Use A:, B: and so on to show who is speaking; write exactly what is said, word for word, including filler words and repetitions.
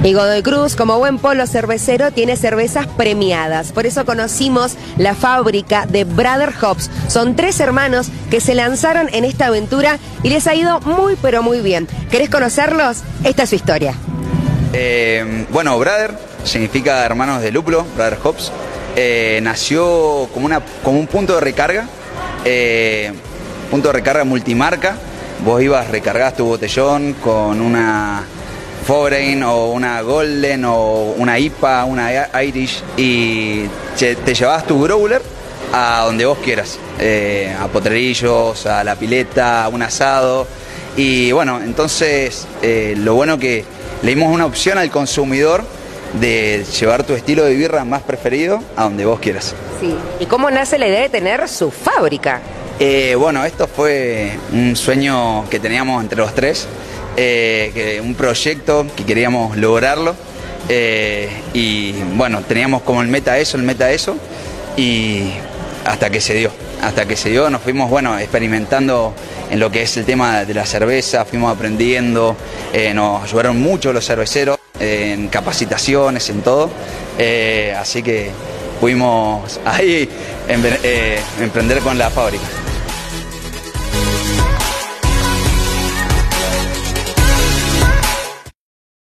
A: Y Godoy Cruz, como buen polo cervecero, tiene cervezas premiadas. Por eso conocimos la fábrica de Brother Hops. Son tres hermanos que se lanzaron en esta aventura y les ha ido muy pero muy bien. ¿Querés conocerlos? Esta es su historia.
B: Eh, bueno, Brother significa hermanos de lúpulo, Brother Hops. Eh, nació como, una, como un punto de recarga, eh, punto de recarga multimarca. Vos ibas, recargabas tu botellón con una Foreign o una Golden o una I P A, una Irish, y te llevabas tu growler a donde vos quieras, eh, a Potrerillos, a la pileta, a un asado. Y bueno, entonces eh, lo bueno que le dimos una opción al consumidor de llevar tu estilo de birra más preferido a donde vos quieras.
A: Sí. ¿Y cómo nace la idea de tener su fábrica?
B: Eh, bueno, esto fue un sueño que teníamos entre los tres, eh, que, un proyecto que queríamos lograrlo, eh, y bueno, teníamos como el meta eso, el meta eso, y hasta que se dio, hasta que se dio nos fuimos, bueno, experimentando en lo que es el tema de la cerveza, fuimos aprendiendo, eh, nos ayudaron mucho los cerveceros, eh, en capacitaciones, en todo, eh, así que pudimos ahí eh, emprender con la fábrica.